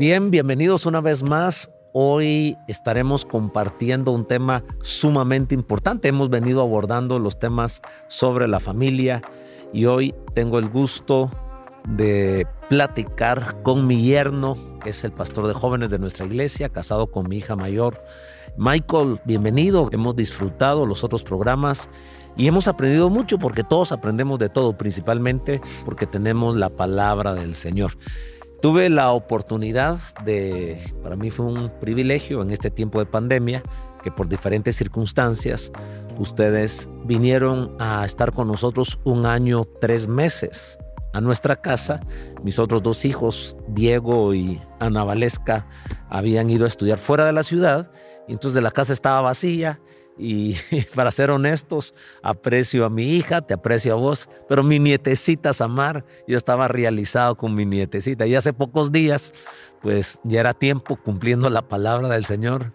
Bien, bienvenidos una vez más. Hoy estaremos compartiendo un tema sumamente importante. Hemos venido abordando los temas sobre la familia y hoy tengo el gusto de platicar con mi yerno, que es el pastor de jóvenes de nuestra iglesia, casado con mi hija mayor. Michael, bienvenido. Hemos disfrutado los otros programas y hemos aprendido mucho porque todos aprendemos de todo, principalmente porque tenemos la palabra del Señor. Tuve la oportunidad para mí fue un privilegio en este tiempo de pandemia, que por diferentes circunstancias ustedes vinieron a estar con nosotros 1 año, 3 meses a nuestra casa. Mis otros 2 hijos, Diego y Ana Valesca, habían ido a estudiar fuera de la ciudad y entonces la casa estaba vacía. Y para ser honestos, aprecio a mi hija, te aprecio a vos, pero mi nietecita Samar, yo estaba realizado con mi nietecita. Y hace pocos días, pues ya era tiempo, cumpliendo la palabra del Señor,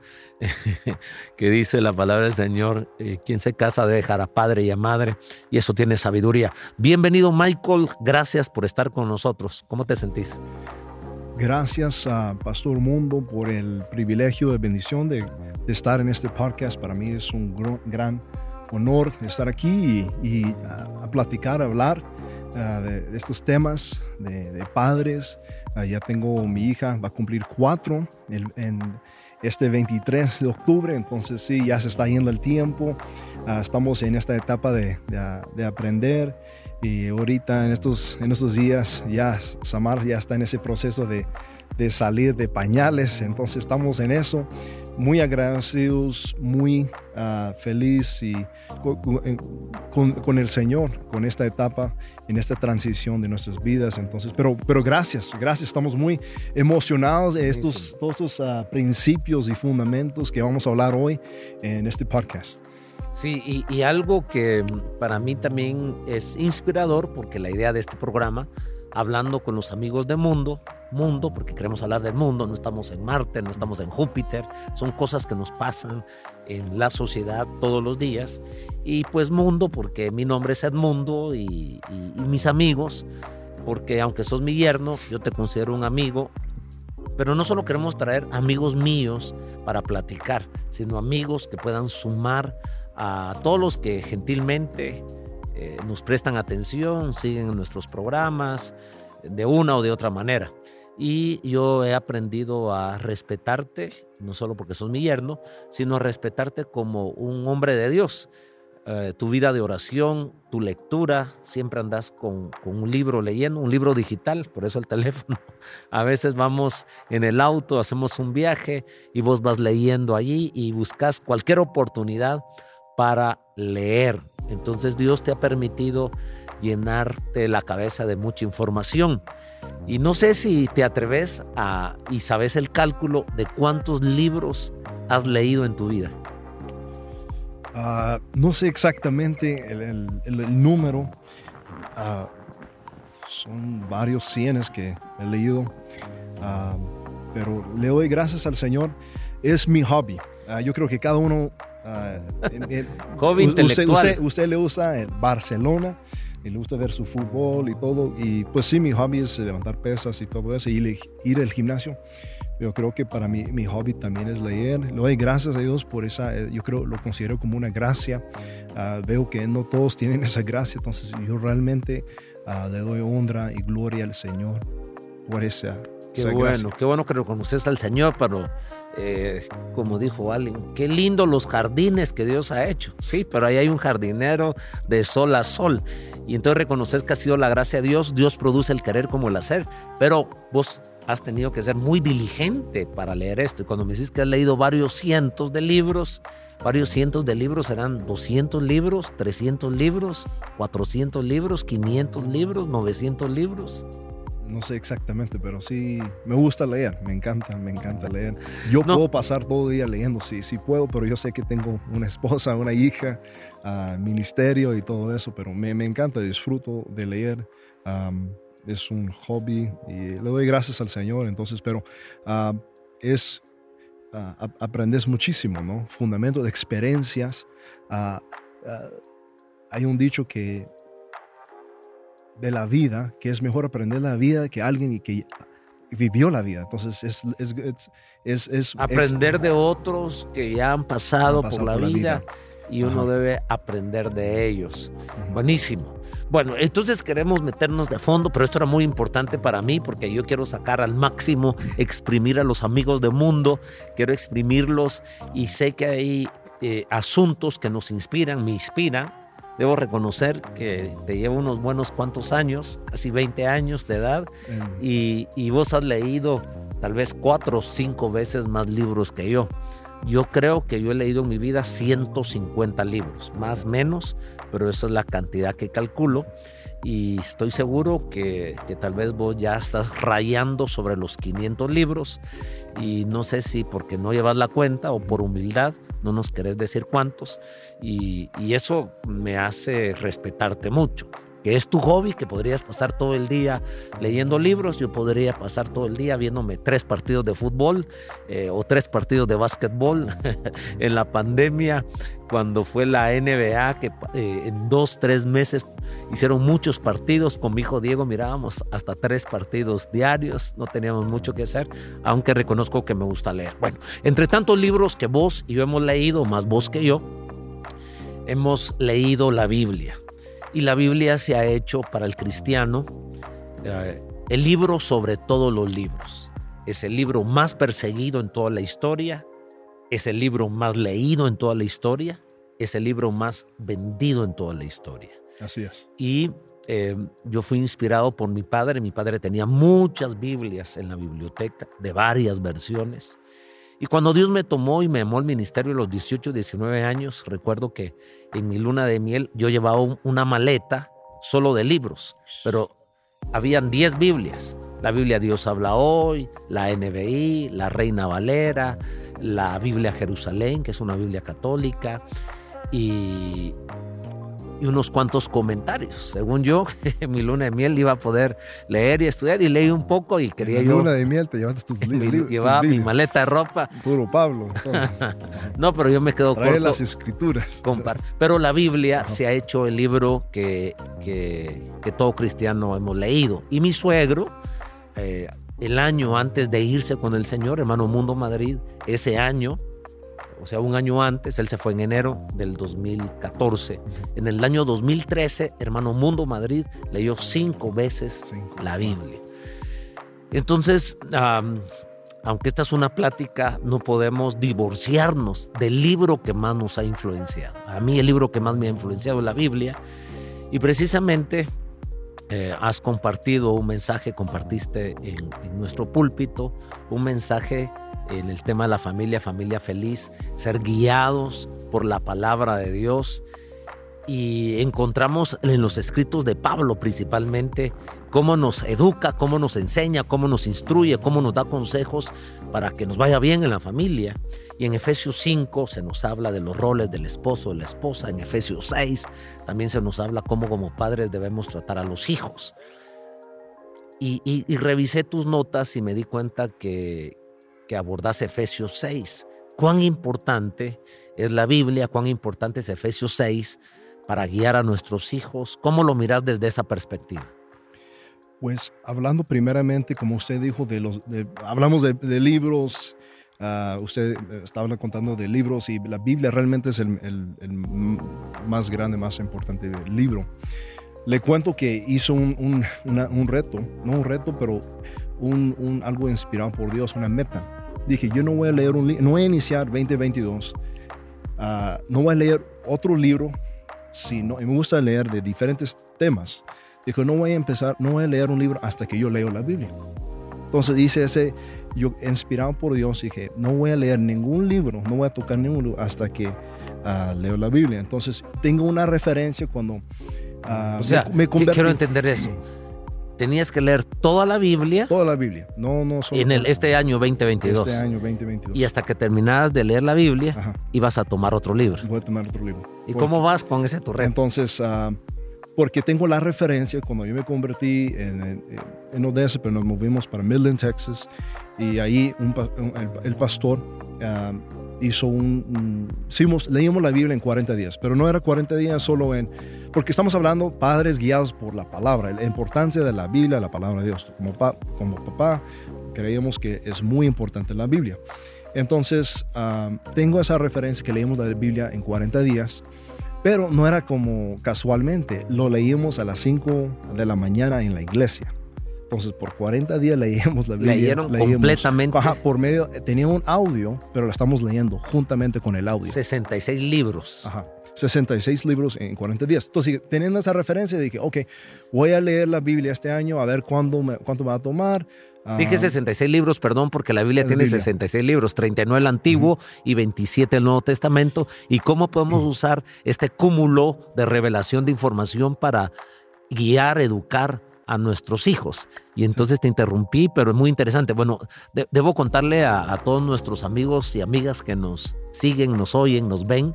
que dice la palabra del Señor, quien se casa debe dejar a padre y a madre, y eso tiene sabiduría. Bienvenido, Michael, gracias por estar con nosotros. ¿Cómo te sentís? Gracias a Pastor Mundo por el privilegio de bendición de estar en este podcast. Para mí es un gran honor estar aquí y a platicar, a hablar de estos temas de padres. Ya tengo mi hija, va a cumplir 4 en este 23 de octubre, entonces sí, ya se está yendo el tiempo. Estamos en esta etapa de aprender. Y ahorita en estos días ya Samar ya está en ese proceso de salir de pañales, entonces estamos en eso, muy agradecidos, muy feliz y con el Señor, con esta etapa, en esta transición de nuestras vidas. Entonces, pero gracias, estamos muy emocionados de todos estos principios y fundamentos que vamos a hablar hoy en este podcast. Sí, y algo que para mí también es inspirador, porque la idea de este programa, hablando con los amigos de mundo, porque queremos hablar del mundo, no estamos en Marte, no estamos en Júpiter, son cosas que nos pasan en la sociedad todos los días. Y pues mundo, porque mi nombre es Edmundo y mis amigos, porque aunque sos mi yerno, yo te considero un amigo. Pero no solo queremos traer amigos míos para platicar, sino amigos que puedan sumar a todos los que gentilmente nos prestan atención, siguen nuestros programas de una o de otra manera. Y yo he aprendido a respetarte, no solo porque sos mi yerno, sino a respetarte como un hombre de Dios. Tu vida de oración, tu lectura, siempre andas con un libro leyendo, un libro digital, por eso el teléfono. A veces vamos en el auto, hacemos un viaje y vos vas leyendo allí y buscas cualquier oportunidad para leer. Entonces Dios te ha permitido llenarte la cabeza de mucha información. Y no sé si te atreves y sabes el cálculo de cuántos libros has leído en tu vida. No sé exactamente el número. Son varios cienes que he leído. Pero le doy gracias al Señor. Es mi hobby. Yo creo que cada uno... hobby intelectual. Usted le gusta el Barcelona y le gusta ver su fútbol y todo, y pues sí, mi hobby es levantar pesas y todo eso y ir al gimnasio. Yo creo que para mí mi hobby también es leer. Le doy gracias a Dios por esa, yo creo, lo considero como una gracia. Veo que no todos tienen esa gracia, entonces yo realmente le doy honra y gloria al Señor por esa gracia. Qué bueno que reconoces al Señor, pero como dijo Allen, qué lindo los jardines que Dios ha hecho. Sí, pero ahí hay un jardinero de sol a sol. Y entonces reconoces que ha sido la gracia de Dios. Dios produce el querer como el hacer. Pero vos has tenido que ser muy diligente para leer esto. Y cuando me dices que has leído varios cientos de libros, serán 200 libros, 300 libros, 400 libros, 500 libros, 900 libros. No sé exactamente, pero sí me gusta leer, me encanta leer. Yo puedo pasar todo el día leyendo, sí puedo, pero yo sé que tengo una esposa, una hija, ministerio y todo eso, pero me encanta, disfruto de leer. Es un hobby y le doy gracias al Señor, entonces, pero aprendes muchísimo, ¿no? Fundamento de experiencias. Hay un dicho de la vida, que es mejor aprender la vida que alguien y que vivió la vida. Entonces es aprender de otros que ya han pasado por la vida. Y uno debe aprender de ellos. Buenísimo. Bueno, entonces queremos meternos de fondo, pero esto era muy importante para mí porque yo quiero sacar al máximo, exprimir a los amigos de Mundo, quiero exprimirlos y sé que hay asuntos que nos inspiran, me inspiran. Debo reconocer que te llevo unos buenos cuantos años, casi 20 años de edad, y vos has leído tal vez 4 o 5 veces más libros que yo. Yo creo que yo he leído en mi vida 150 libros, más o menos, pero esa es la cantidad que calculo. Y estoy seguro que tal vez vos ya estás rayando sobre los 500 libros y no sé si porque no llevas la cuenta o por humildad no nos querés decir cuántos y eso me hace respetarte mucho. Que es tu hobby, que podrías pasar todo el día leyendo libros, yo podría pasar todo el día viéndome 3 partidos de fútbol o 3 partidos de básquetbol. En la pandemia, cuando fue la NBA, que en 2-3 meses hicieron muchos partidos, con mi hijo Diego mirábamos hasta 3 partidos diarios, no teníamos mucho que hacer, aunque reconozco que me gusta leer. Bueno, entre tantos libros que vos y yo hemos leído, más vos que yo, hemos leído la Biblia. Y la Biblia se ha hecho para el cristiano el libro sobre todos los libros. Es el libro más perseguido en toda la historia, es el libro más leído en toda la historia, es el libro más vendido en toda la historia. Así es. Y yo fui inspirado por mi padre. Mi padre tenía muchas Biblias en la biblioteca, de varias versiones. Y cuando Dios me tomó y me llamó al ministerio a los 18, 19 años, recuerdo que en mi luna de miel yo llevaba una maleta solo de libros, pero habían 10 Biblias. La Biblia Dios habla hoy, la NBI, la Reina Valera, la Biblia Jerusalén, que es una Biblia católica, y unos cuantos comentarios. Según yo, en mi luna de miel iba a poder leer y estudiar, y leí un poco y quería yo... En la luna de miel te llevaste tus libros. Llevaba mi maleta de ropa. Puro Pablo. No, pero yo me quedo corto. Trae las escrituras. Pero la Biblia se ha hecho el libro que todo cristiano hemos leído. Y mi suegro, el año antes de irse con el Señor, hermano Mundo Madrid, ese año, o sea, un año antes, él se fue en enero del 2014. En el año 2013, hermano Mundo Madrid leyó 5 veces la Biblia. Entonces, aunque esta es una plática, no podemos divorciarnos del libro que más nos ha influenciado. A mí el libro que más me ha influenciado es la Biblia. Y precisamente has compartido un mensaje, compartiste en nuestro púlpito un mensaje en el tema de la familia feliz, ser guiados por la palabra de Dios. Y encontramos en los escritos de Pablo principalmente cómo nos educa, cómo nos enseña, cómo nos instruye, cómo nos da consejos para que nos vaya bien en la familia. Y en Efesios 5 se nos habla de los roles del esposo, de la esposa. En Efesios 6 también se nos habla cómo como padres debemos tratar a los hijos. Y revisé tus notas y me di cuenta que abordas Efesios 6. Cuán importante es la Biblia, cuán importante es Efesios 6 para guiar a nuestros hijos. ¿Cómo lo miras desde esa perspectiva? Pues hablando primeramente, como usted dijo, hablamos de libros. Usted estaba contando de libros y la Biblia realmente es el más grande, más importante libro. Le cuento que hizo un reto, no un reto, pero algo inspirado por Dios, una meta. Dije, yo no voy a leer no voy a iniciar 2022, no voy a leer otro libro, sino, y me gusta leer de diferentes temas. Dije, no voy a leer un libro hasta que yo leo la Biblia. Entonces hice yo inspirado por Dios, dije, no voy a leer ningún libro, no voy a tocar ningún libro hasta que leo la Biblia. Entonces tengo una referencia cuando o sea, me convertí. Quiero entender eso. Tenías que leer toda la Biblia. Toda la Biblia. No solo en este año 2022. Este año 2022. Y hasta que terminaras de leer la Biblia, ajá, ibas a tomar otro libro. Voy a tomar otro libro. ¿Y cómo vas con ese tu reto? Entonces, porque tengo la referencia, cuando yo me convertí en Odessa, pero nos movimos para Midland, Texas, y ahí el pastor hizo leímos la Biblia en 40 días, pero no era 40 días solo porque estamos hablando padres guiados por la palabra, la importancia de la Biblia, la palabra de Dios. Como papá, creemos que es muy importante la Biblia. Entonces, tengo esa referencia que leímos la Biblia en 40 días, pero no era como casualmente, lo leímos a las 5 de la mañana en la iglesia. Entonces, por 40 días leíamos la Biblia. Leyeron completamente. Ajá, por medio, tenía un audio, pero la estamos leyendo juntamente con el audio. 66 libros. Ajá, 66 libros en 40 días. Entonces, teniendo esa referencia, dije, ok, voy a leer la Biblia este año, a ver cuánto me va a tomar. Dije 66 libros, perdón, porque la Biblia tiene 66 libros, 39 el Antiguo y 27 el Nuevo Testamento. ¿Y cómo podemos usar este cúmulo de revelación de información para guiar, educar a nuestros hijos? Y entonces te interrumpí, pero es muy interesante. Bueno, debo contarle a todos nuestros amigos y amigas que nos siguen, nos oyen, nos ven,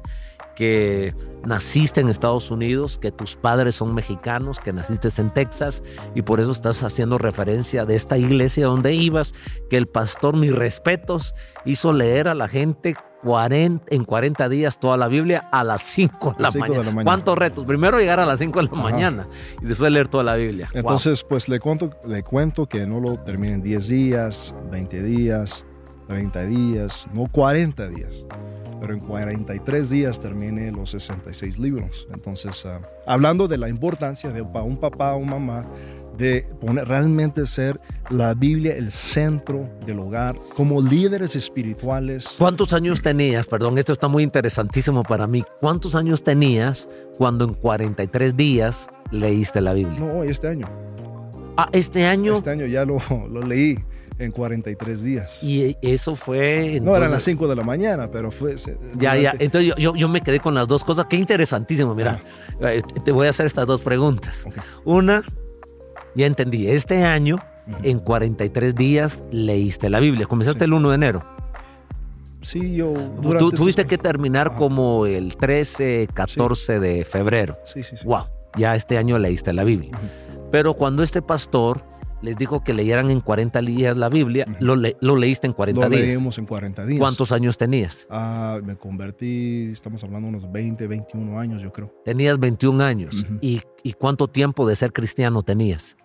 que naciste en Estados Unidos, que tus padres son mexicanos, que naciste en Texas y por eso estás haciendo referencia de esta iglesia donde ibas, que el pastor, mis respetos, hizo leer a la gente en 40 días toda la Biblia a las 5 de la mañana. ¿Cuántos retos? Primero llegar a las 5 de la mañana y después leer toda la Biblia. Entonces, pues le cuento que no lo terminé en 10 días, 20 días, 30 días, no 40 días. Pero en 43 días terminé los 66 libros. Entonces, hablando de la importancia de para un papá o mamá de realmente ser la Biblia el centro del hogar, como líderes espirituales. ¿Cuántos años tenías? Perdón, esto está muy interesantísimo para mí. ¿Cuántos años tenías cuando en 43 días leíste la Biblia? No, este año. ¿Este año? Este año ya lo leí. En 43 días. Y eso fue... Entonces, no eran las 5 de la mañana, pero fue... Ya. Entonces yo me quedé con las dos cosas. Qué interesantísimo. Mira, te voy a hacer estas dos preguntas. Okay. Una, ya entendí. Este año, en 43 días, leíste la Biblia. Comenzaste el 1 de enero. Sí, yo... Tú tuviste que terminar como el 13, 14 de febrero. Sí. Wow, ya este año leíste la Biblia. Pero cuando este pastor les dijo que leyeran en 40 días la Biblia, lo leíste en 40 días. Lo leímos en 40 días. ¿Cuántos años tenías? Me convertí, estamos hablando de unos 20, 21 años, yo creo. Tenías 21 años. ¿Y cuánto tiempo de ser cristiano tenías?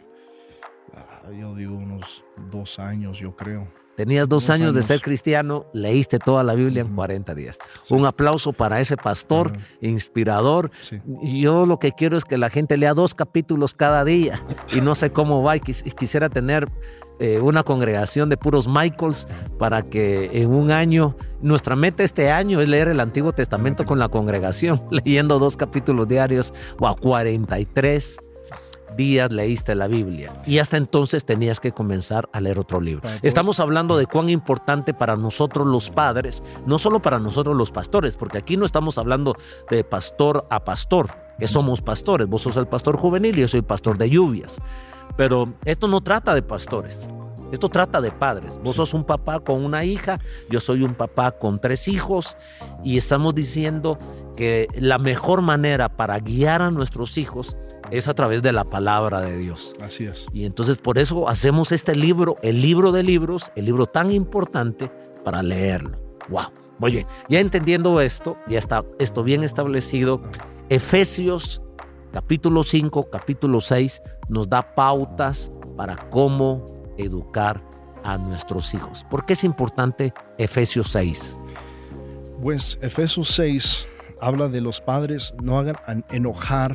Yo digo unos 2 años, yo creo. Tenías 2 años de ser cristiano, leíste toda la Biblia en 40 días. Sí. Un aplauso para ese pastor inspirador. Sí. Yo lo que quiero es que la gente lea 2 capítulos cada día y no sé cómo va y quisiera tener una congregación de puros Michaels para que en un año, nuestra meta este año es leer el Antiguo Testamento con la congregación, leyendo 2 capítulos diarios o a 43 días leíste la Biblia y hasta entonces tenías que comenzar a leer otro libro. Estamos hablando de cuán importante para nosotros los padres, no solo para nosotros los pastores, porque aquí no estamos hablando de pastor a pastor, que somos pastores. Vos sos el pastor juvenil y yo soy el pastor de lluvias. Pero esto no trata de pastores, esto trata de padres. Vos sos un papá con una hija, yo soy un papá con 3 hijos y estamos diciendo que la mejor manera para guiar a nuestros hijos es a través de la palabra de Dios. Así es. Y entonces por eso hacemos este libro, el libro de libros, el libro tan importante para leerlo. ¡Wow! Muy bien. Ya entendiendo esto, ya está esto bien establecido. Efesios capítulo 5, capítulo 6 nos da pautas para cómo educar a nuestros hijos. ¿Por qué es importante Efesios 6? Pues Efesios 6 habla de los padres no hagan enojar.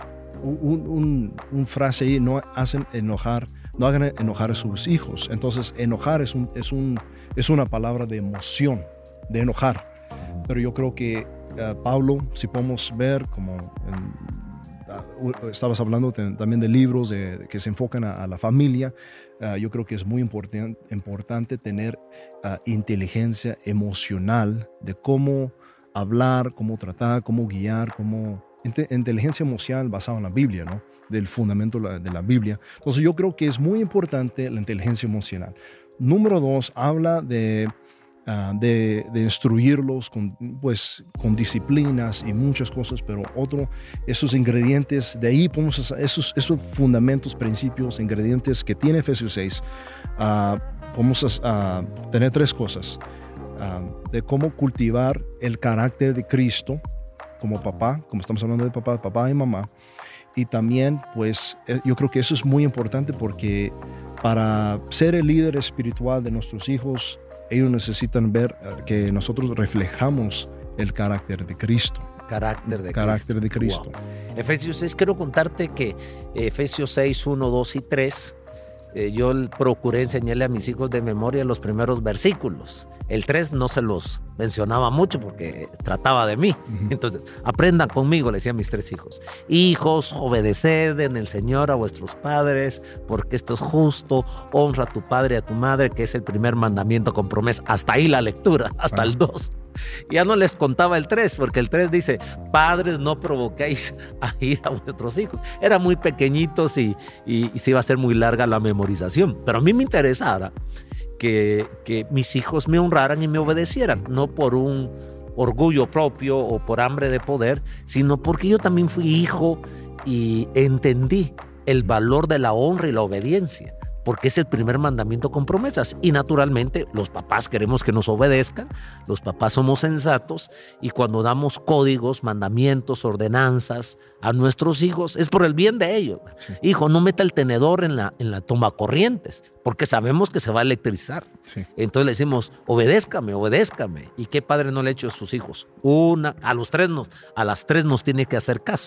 Un frase ahí, no hagan enojar a sus hijos. Entonces, enojar es una palabra de emoción, de enojar. Pero yo creo que Pablo, si podemos ver, como estabas hablando también de libros que se enfocan a la familia, yo creo que es muy importante tener inteligencia emocional de cómo hablar, cómo tratar, cómo guiar, inteligencia emocional basada en la Biblia, ¿no? Del fundamento de la Biblia. Entonces yo creo que es muy importante la inteligencia emocional. Número 2, habla de instruirlos con disciplinas y muchas cosas, pero esos ingredientes, de ahí podemos esos fundamentos, principios, ingredientes que tiene Efesios 6, vamos a tener 3 cosas. De cómo cultivar el carácter de Cristo como papá, como estamos hablando de papá y mamá. Y también, pues, yo creo que eso es muy importante porque para ser el líder espiritual de nuestros hijos, ellos necesitan ver que nosotros reflejamos el carácter de Cristo. Carácter de Cristo. Wow. Efesios 6, quiero contarte que Efesios 6, 1, 2 y 3, yo procuré enseñarle a mis hijos de memoria los primeros versículos. El 3 no se los mencionaba mucho porque trataba de mí. Entonces, aprendan conmigo, le decía a mis 3 hijos. Hijos, obedeced en el Señor a vuestros padres, porque esto es justo. Honra a tu padre y a tu madre, que es el primer mandamiento con promesa. Hasta ahí la lectura, hasta el 2. Ya no les contaba el 3, porque el 3 dice, padres, no provoquéis a ir a vuestros hijos. Eran muy pequeñitos y se iba a ser muy larga la memorización. Pero a mí me interesaba que mis hijos me honraran y me obedecieran, no por un orgullo propio o por hambre de poder, sino porque yo también fui hijo y entendí el valor de la honra y la obediencia, porque es el primer mandamiento con promesas. Y naturalmente los papás queremos que nos obedezcan, los papás somos sensatos, y cuando damos códigos, mandamientos, ordenanzas a nuestros hijos, es por el bien de ellos. Sí. Hijo, no meta el tenedor en la tomacorrientes, porque sabemos que se va a electrizar. Sí. Entonces le decimos, obedézcame. ¿Y qué padre no le ha hecho a sus hijos? A las 3 nos tiene que hacer caso.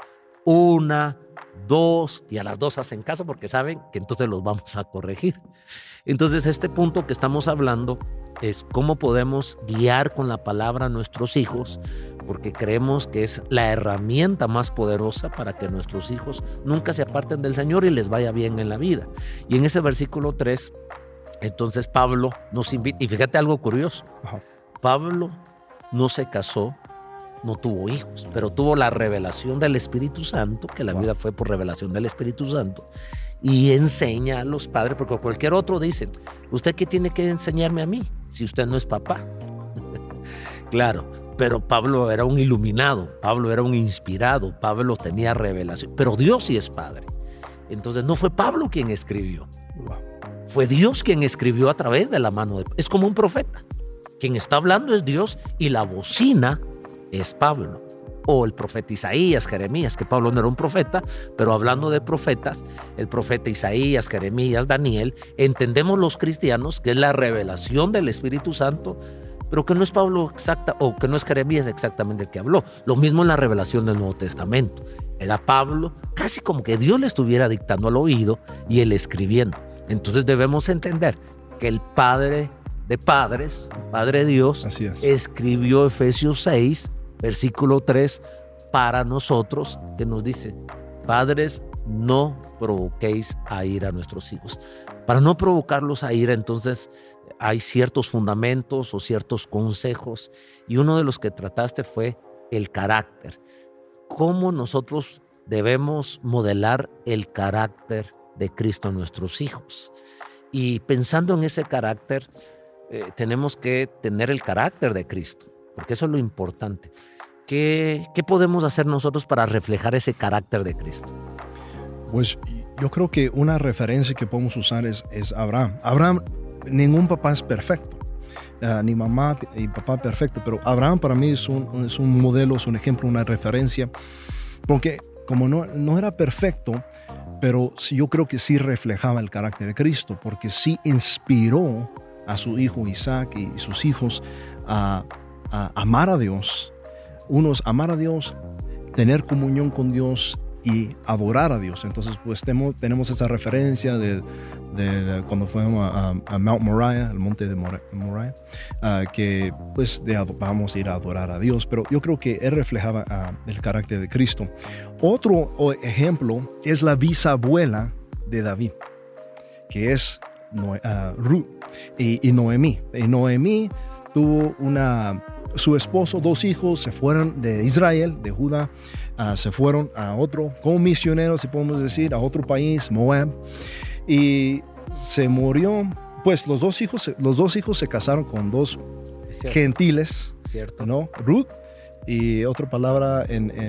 1, 2, y a las 2 hacen caso porque saben que entonces los vamos a corregir. Entonces este punto que estamos hablando es cómo podemos guiar con la palabra a nuestros hijos, porque creemos que es la herramienta más poderosa para que nuestros hijos nunca se aparten del Señor y les vaya bien en la vida. Y en ese versículo 3, entonces Pablo nos invita, y fíjate algo curioso. Pablo no se casó, no tuvo hijos, pero tuvo la revelación del Espíritu Santo, que la vida fue por revelación del Espíritu Santo, y enseña a los padres, porque cualquier otro dice, ¿usted qué tiene que enseñarme a mí si usted no es papá? Claro, pero Pablo era un iluminado, Pablo era un inspirado, Pablo tenía revelación, pero Dios sí es padre. Entonces no fue Pablo quien escribió, fue Dios quien escribió a través de la mano de... Es como un profeta, quien está hablando es Dios y la bocina es Pablo, o el profeta Isaías, Jeremías, que Pablo no era un profeta, pero hablando de profetas, el profeta Isaías, Jeremías, Daniel, entendemos los cristianos que es la revelación del Espíritu Santo, pero que no es Pablo exacta, o que no es Jeremías exactamente el que habló. Lo mismo en la revelación del Nuevo Testamento. Era Pablo, casi como que Dios le estuviera dictando al oído y él escribiendo. Entonces debemos entender que el Padre de padres, Padre Dios, escribió Efesios 6, versículo 3, para nosotros, que nos dice, padres, no provoquéis a ira a nuestros hijos. Para no provocarlos a ira, entonces, hay ciertos fundamentos o ciertos consejos, y uno de los que trataste fue el carácter. ¿Cómo nosotros debemos modelar el carácter de Cristo en nuestros hijos? Y pensando en ese carácter, tenemos que tener el carácter de Cristo, porque eso es lo importante. ¿Qué podemos hacer nosotros para reflejar ese carácter de Cristo? Pues yo creo que una referencia que podemos usar es Abraham. Abraham, ningún papá es perfecto, ni mamá y papá perfecto, pero Abraham para mí es un modelo, es un ejemplo, una referencia, porque como no era perfecto, pero sí, yo creo que sí reflejaba el carácter de Cristo, porque sí inspiró a su hijo Isaac y sus hijos a amar a Dios. Unos amar a Dios, tener comunión con Dios y adorar a Dios. Entonces pues tenemos esa referencia de cuando fuimos a Mount Moriah, el monte de Moriah, que pues vamos a ir a adorar a Dios, pero yo creo que él reflejaba el carácter de Cristo. Otro ejemplo es la bisabuela de David, que es Ruth y Noemí. Y Noemí tuvo su esposo, 2 hijos, se fueron de Israel, de Judá, se fueron a otro, como misioneros, si podemos decir, a otro país, Moab, y se murió. Pues los dos hijos se casaron con 2 gentiles, ¿cierto? ¿No? Ruth y otra palabra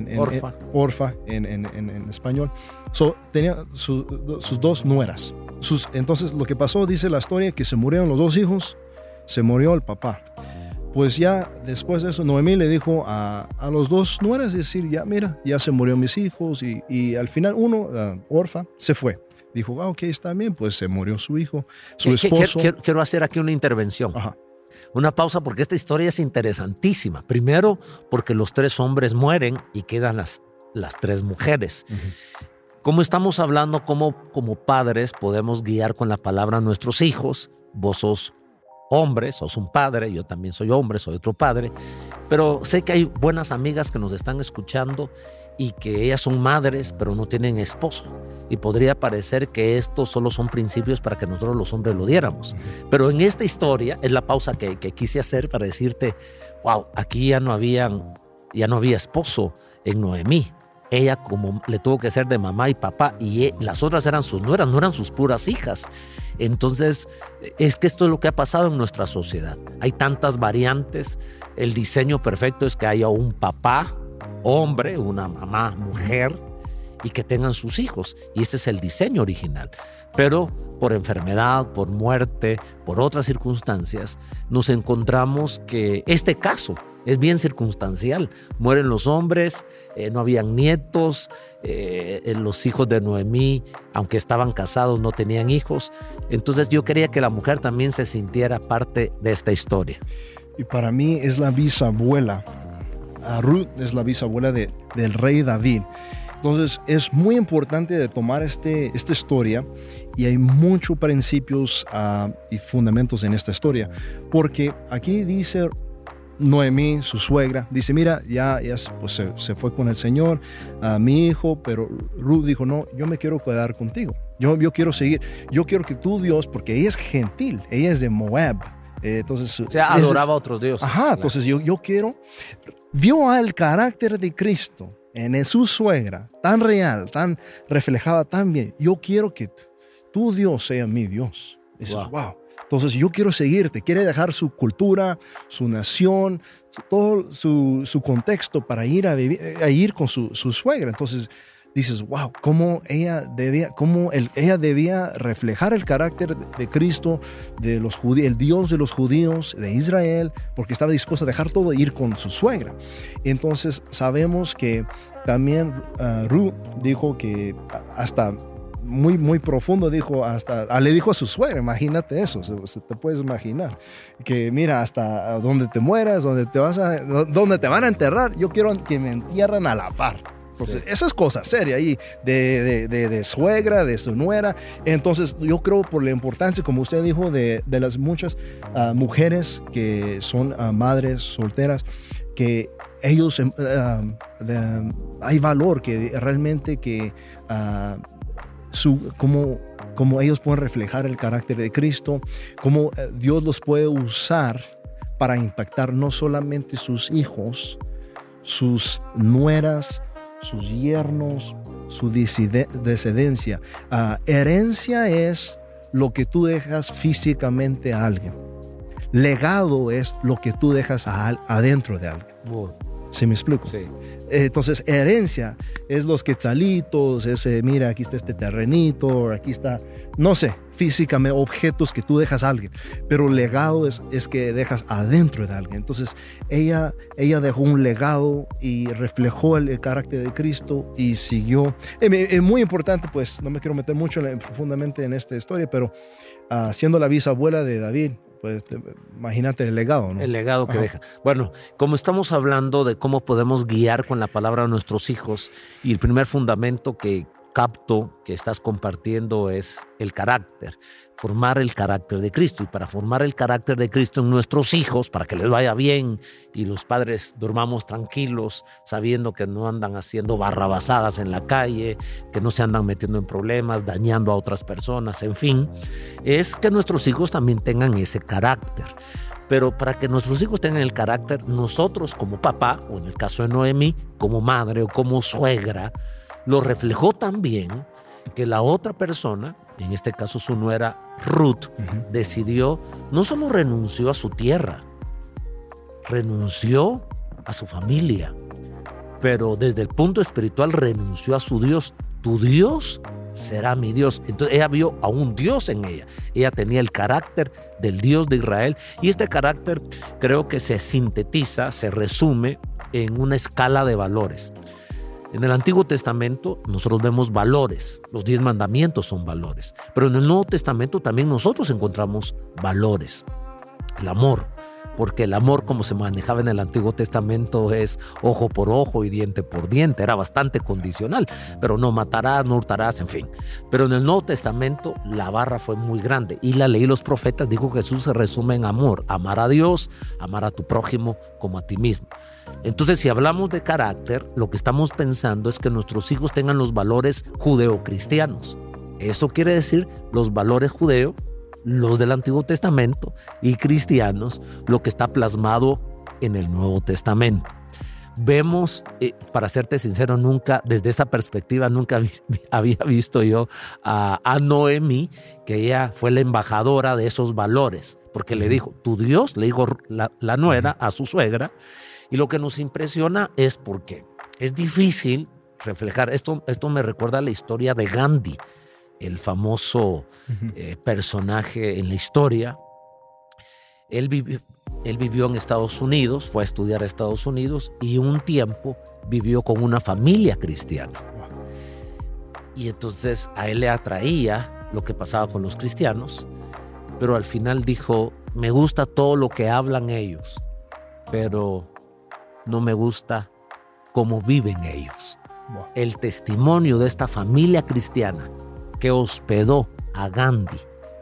Orfa en español. Tenía sus 2 nueras. Entonces lo que pasó, dice la historia, que se murieron los 2 hijos, se murió el papá. Pues ya después de eso, Noemí le dijo a los 2 nueras, es decir, ya mira, ya se murieron mis hijos, y al final Orfa, se fue. dijo, ok, está bien, pues se murió su hijo, su esposo. Quiero hacer aquí una intervención. Ajá. Una pausa porque esta historia es interesantísima. Primero, porque los 3 hombres mueren y quedan las 3 mujeres. Uh-huh. Como estamos hablando, como padres podemos guiar con la palabra a nuestros hijos. Vos sos hombre, sos un padre, yo también soy hombre, soy otro padre. Pero sé que hay buenas amigas que nos están escuchando y que ellas son madres, pero no tienen esposo. Y podría parecer que estos solo son principios para que nosotros los hombres lo diéramos. Pero en esta historia, es la pausa que quise hacer para decirte, wow, aquí ya no había esposo en Noemí. Ella como le tuvo que ser de mamá y papá y las otras eran sus nueras, no eran sus puras hijas. Entonces, es que esto es lo que ha pasado en nuestra sociedad. Hay tantas variantes. El diseño perfecto es que haya un papá, hombre, una mamá, mujer, y que tengan sus hijos. Y ese es el diseño original. Pero por enfermedad, por muerte, por otras circunstancias, nos encontramos que este caso es bien circunstancial. Mueren los hombres, no habían nietos, los hijos de Noemí, aunque estaban casados, no tenían hijos. Entonces yo quería que la mujer también se sintiera parte de esta historia. Y para mí es la bisabuela. Ruth es la bisabuela del rey David. Entonces es muy importante de tomar esta historia, y hay muchos principios y fundamentos en esta historia, porque aquí dice Noemí, su suegra, dice, mira, ya pues se fue con el Señor, mi hijo, pero Ruth dijo, no, yo me quiero quedar contigo, yo quiero seguir, yo quiero que tú, Dios, porque ella es gentil, ella es de Moab. Entonces, o sea, adoraba a otros dioses. Ajá, claro. Entonces yo quiero, vio al carácter de Cristo en su suegra, tan real, tan reflejada, tan bien. Yo quiero que tu Dios sea mi Dios. Dices, wow. Entonces yo quiero seguirte. Quiere dejar su cultura, su nación, todo su contexto para ir a ir con su suegra. Entonces dices, wow, cómo ella debía reflejar el carácter de Cristo, de los judíos, el Dios de los judíos, de Israel, porque estaba dispuesto a dejar todo e ir con su suegra. Entonces sabemos que también Ruth dijo que hasta muy, muy profundo, le dijo a su suegra, imagínate eso, se te puedes imaginar, que mira, hasta donde te mueras, donde te van a enterrar, yo quiero que me entierren a la par. Entonces, sí. Eso es cosa seria ahí, de suegra, de su nuera. Entonces, yo creo por la importancia, como usted dijo, de las muchas mujeres que son madres solteras, que ellos, hay valor que realmente que como ellos pueden reflejar el carácter de Cristo, cómo Dios los puede usar para impactar no solamente sus hijos, sus nueras, sus yernos, su descendencia. Herencia es lo que tú dejas físicamente a alguien. Legado es lo que tú dejas adentro de alguien. Wow. ¿Sí me explico? Sí. Entonces, herencia es los quetzalitos, mira, aquí está este terrenito, aquí está, no sé, físicamente, objetos que tú dejas a alguien. Pero legado es que dejas adentro de alguien. Entonces, ella dejó un legado y reflejó el carácter de Cristo y siguió. Es muy importante, pues, no me quiero meter mucho profundamente en esta historia, pero siendo la bisabuela de David, pues imagínate el legado, ¿no? El legado que deja. Bueno, como estamos hablando de cómo podemos guiar con la palabra a nuestros hijos, y el primer fundamento que capto que estás compartiendo es el carácter, formar el carácter de Cristo. Y para formar el carácter de Cristo en nuestros hijos, para que les vaya bien y los padres durmamos tranquilos, sabiendo que no andan haciendo barrabasadas en la calle, que no se andan metiendo en problemas, dañando a otras personas, en fin, es que nuestros hijos también tengan ese carácter. Pero para que nuestros hijos tengan el carácter, nosotros como papá, o en el caso de Noemí, como madre o como suegra, lo reflejó también que la otra persona, en este caso su nuera Ruth, decidió, no solo renunció a su tierra, renunció a su familia, pero desde el punto espiritual renunció a su Dios. Tu Dios será mi Dios. Entonces ella vio a un Dios en ella. Ella tenía el carácter del Dios de Israel, y este carácter creo que se sintetiza, se resume en una escala de valores. En el Antiguo Testamento nosotros vemos valores, los 10 mandamientos son valores, pero en el Nuevo Testamento también nosotros encontramos valores, el amor, porque el amor como se manejaba en el Antiguo Testamento es ojo por ojo y diente por diente, era bastante condicional, pero no matarás, no hurtarás, en fin. Pero en el Nuevo Testamento la barra fue muy grande y la ley y los profetas dijo que Jesús se resume en amor, amar a Dios, amar a tu prójimo como a ti mismo. Entonces, si hablamos de carácter, lo que estamos pensando es que nuestros hijos tengan los valores judeocristianos. Eso quiere decir los valores judeos, los del Antiguo Testamento, y cristianos, lo que está plasmado en el Nuevo Testamento. Vemos, para serte sincero, desde esa perspectiva, nunca había visto yo a Noemí, que ella fue la embajadora de esos valores, porque le dijo, tu Dios, le dijo la nuera a su suegra, y lo que nos impresiona es porque es difícil reflejar, esto me recuerda a la historia de Gandhi, el famoso personaje en la historia. Él vivió en Estados Unidos, fue a estudiar a Estados Unidos y un tiempo vivió con una familia cristiana. Y entonces a él le atraía lo que pasaba con los cristianos, pero al final dijo, me gusta todo lo que hablan ellos, pero no me gusta cómo viven ellos. El testimonio de esta familia cristiana que hospedó a Gandhi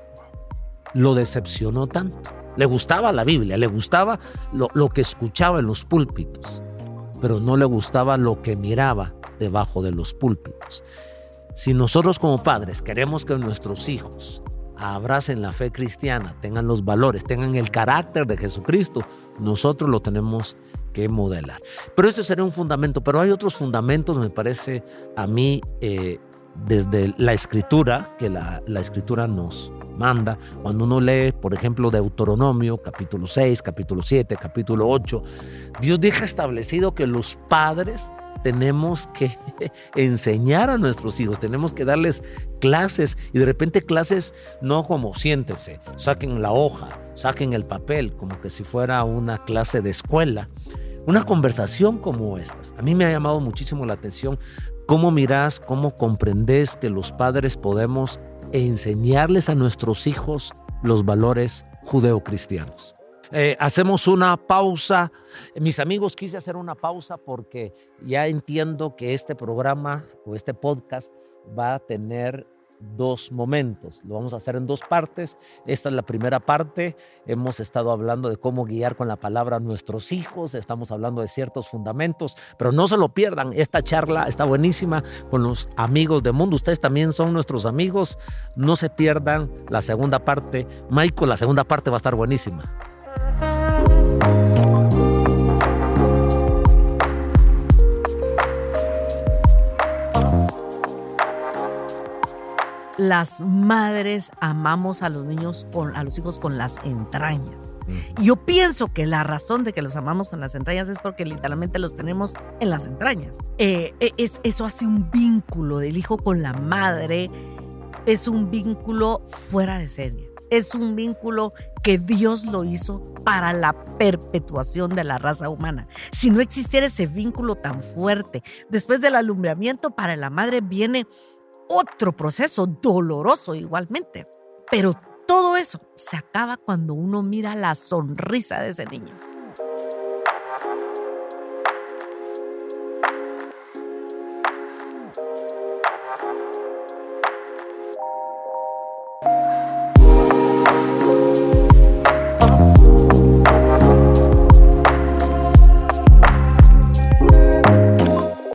lo decepcionó tanto. Le gustaba la Biblia, le gustaba lo que escuchaba en los púlpitos, pero no le gustaba lo que miraba debajo de los púlpitos. Si nosotros como padres queremos que nuestros hijos abracen la fe cristiana, tengan los valores, tengan el carácter de Jesucristo, nosotros lo tenemos que modelar. Pero este sería un fundamento, pero hay otros fundamentos, me parece a mí, desde la Escritura, que la Escritura nos manda. Cuando uno lee, por ejemplo, Deuteronomio, capítulo 6, capítulo 7, capítulo 8, Dios deja establecido que los padres tenemos que enseñar a nuestros hijos, tenemos que darles clases, y de repente clases no como siéntense, saquen la hoja, saquen el papel, como que si fuera una clase de escuela, una conversación como estas. A mí me ha llamado muchísimo la atención cómo mirás, cómo comprendes que los padres podemos enseñarles a nuestros hijos los valores judeocristianos. Hacemos una pausa. Mis amigos, quise hacer una pausa porque ya entiendo que este programa o este podcast va a tener 2 momentos. Lo vamos a hacer en 2 partes. Esta es la primera parte. Hemos estado hablando de cómo guiar con la palabra a nuestros hijos. Estamos hablando de ciertos fundamentos, pero no se lo pierdan. Esta charla está buenísima con los amigos de Mundo. Ustedes también son nuestros amigos. No se pierdan la segunda parte. Michael, la segunda parte va a estar buenísima. Las madres amamos a los niños, a los hijos con las entrañas. Y yo pienso que la razón de que los amamos con las entrañas es porque literalmente los tenemos en las entrañas. Eso hace un vínculo del hijo con la madre, es un vínculo fuera de serie. Es un vínculo que Dios lo hizo para la perpetuación de la raza humana. Si no existiera ese vínculo tan fuerte, después del alumbramiento para la madre viene otro proceso doloroso igualmente. Pero todo eso se acaba cuando uno mira la sonrisa de ese niño.